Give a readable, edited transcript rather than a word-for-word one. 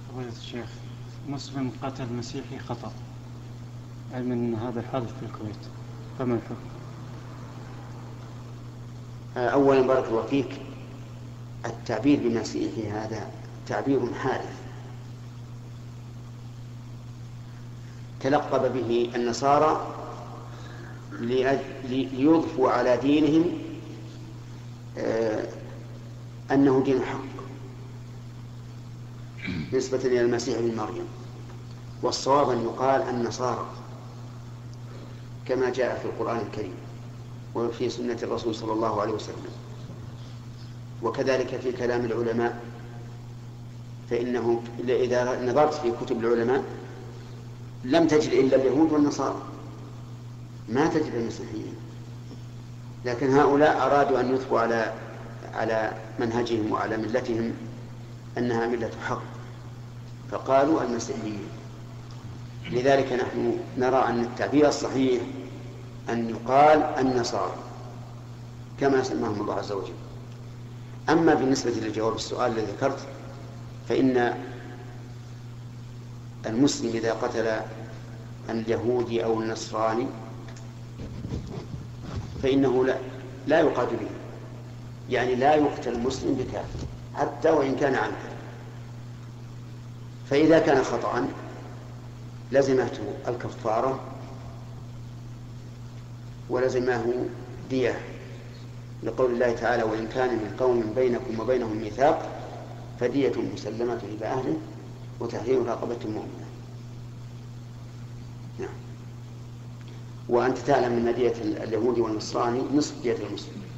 فضيلة الشيخ، مسلم قتل مسيحي خطأ، علما أن هذا الحادث في الكويت، فما الحكم؟ أولا بارك الله فيك، التعبير بمسيحي هذا تعبير حادث تلقب به النصارى ليضفوا على دينهم أنه دين حق نسبة إلى المسيح ابن مريم، والصواب أن يقال النصارى كما جاء في القرآن الكريم وفي سنة الرسول صلى الله عليه وسلم، وكذلك في كلام العلماء، فإنه إذا نظرت في كتب العلماء لم تجد إلا اليهود والنصارى، ما تجد المسيحيين، لكن هؤلاء أرادوا أن يثبوا على منهجهم وعلى ملتهم أنها ملة حق، فقالوا المسيحيين. لذلك نحن نرى أن التعبير الصحيح أن يقال النصارى كما سماهم الله عز وجل. أما بالنسبة لجواب السؤال الذي ذكرت، فإن المسلم إذا قتل اليهودي أو النصراني فإنه لا يقاد به، يعني لا يقتل المسلم بكافر حتى وإن كان عمدا. فإذا كان خطأ لزمته الكفارة ولزمه دية، لقول الله تعالى: وإن كان من قوم بينكم وبينهم ميثاق فدية مسلمة إلى أهله وتحرير رقبة مؤمنة. نعم. وأنت تعلم أن دية اليهودي والنصراني نصف دية المسلم.